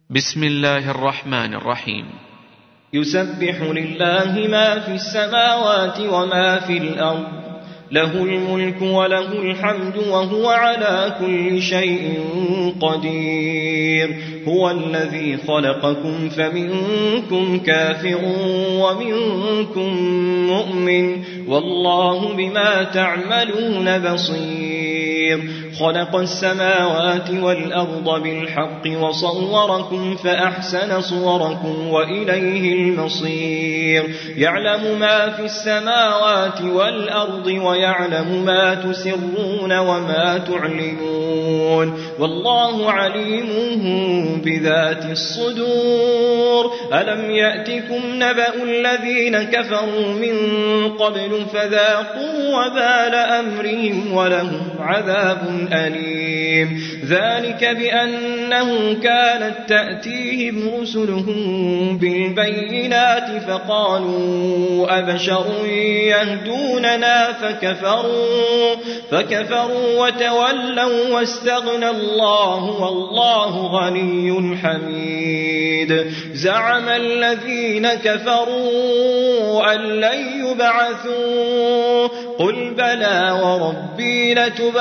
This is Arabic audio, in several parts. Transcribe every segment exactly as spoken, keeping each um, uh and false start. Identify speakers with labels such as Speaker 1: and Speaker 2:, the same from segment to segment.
Speaker 1: بسم الله الرحمن الرحيم.
Speaker 2: يسبح لله ما في السماوات وما في الأرض، له الملك وله الحمد وهو على كل شيء قدير. هو الذي خلقكم فمنكم كافر ومنكم مؤمن، والله بما تعملون بصير. خلق السماوات والأرض بالحق وصوركم فأحسن صوركم وإليه المصير. يعلم ما في السماوات والأرض ويعلم ما تسرون وما تعلنون، والله عليم بذات الصدور. ألم يأتكم نبأ الذين كفروا من قبل فذاقوا وبال أمرهم ولهم عذاب أليم. ذلك بأنه كانت تأتيهم رسلهم بالبينات فقالوا أبشر يهدوننا فكفروا, فكفروا وتولوا واستغنى الله والله غني حميد. زعم الذين كفروا أن لن يبعثوا قل بلى وربي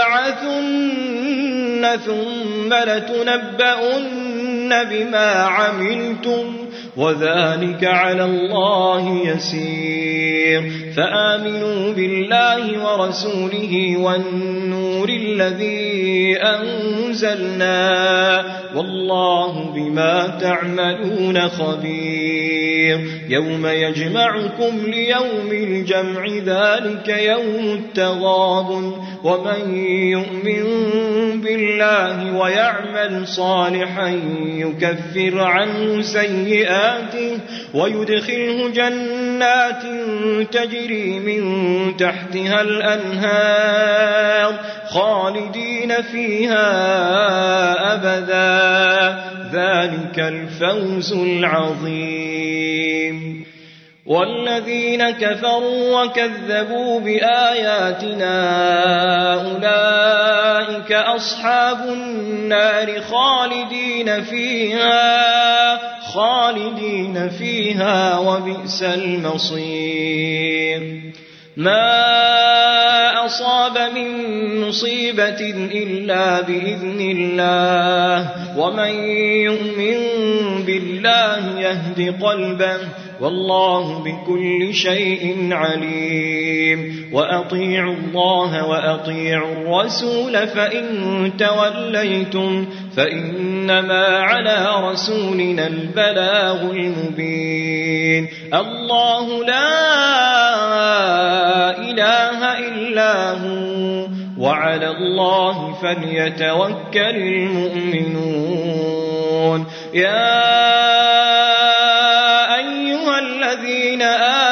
Speaker 2: لتبعثن ثم لتنبؤن بما عملتم وذلك على الله يسير. فآمنوا بالله ورسوله والنور الذي أنزلنا والله بما تعملون خبير. يوم يجمعكم ليوم الجمع ذلك يوم التغابن. ومن يؤمن بالله ويعمل صالحا يكفر عنه سيئاته ويدخله جنات تجري من تحتها الأنهار خالدين فيها أبدا، ذلك الفوز العظيم. والذين كفروا وكذبوا بآياتنا أولئك أصحاب النار خالدين فيها خالدين فيها وبئس المصير. ما أصاب من مصيبة إلا بإذن الله ومن يؤمن بالله يهد قلبه والله بكل شيء عليم. وأطيعوا الله وأطيعوا الرسول فإن توليتم فإنما على رسولنا البلاغ المبين. الله لا إله إلا هو وعلى الله فليتوكل المؤمنون. يا الذين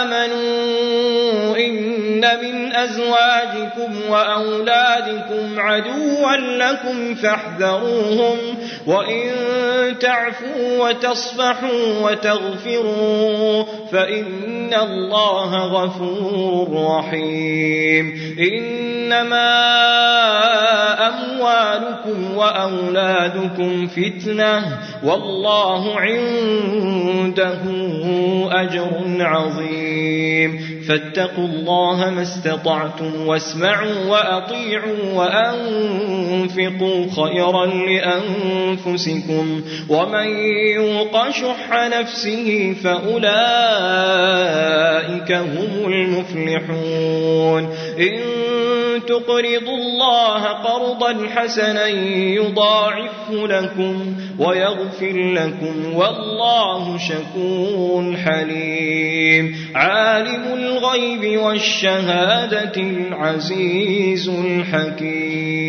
Speaker 2: آمنوا إن من أزواجكم وأولادكم عدوا لكم فاحذروهم وإن تعفوا وتصفحوا وتغفروا فإن الله غفور رحيم. إنما أموالكم وأولادكم فتنة والله عنده أجر عظيم. فاتقوا الله ما استطعتم واسمعوا وأطيعوا وأنفقوا خيرا لأنفسكم ومن يوق شح نفسه فأولئك هم المفلحون. إن تقرضوا الله قرضا حسنا يضاعفه لكم ويغفر لكم والله شكور حليم. عالم الغيب والشهادة العزيز الحكيم.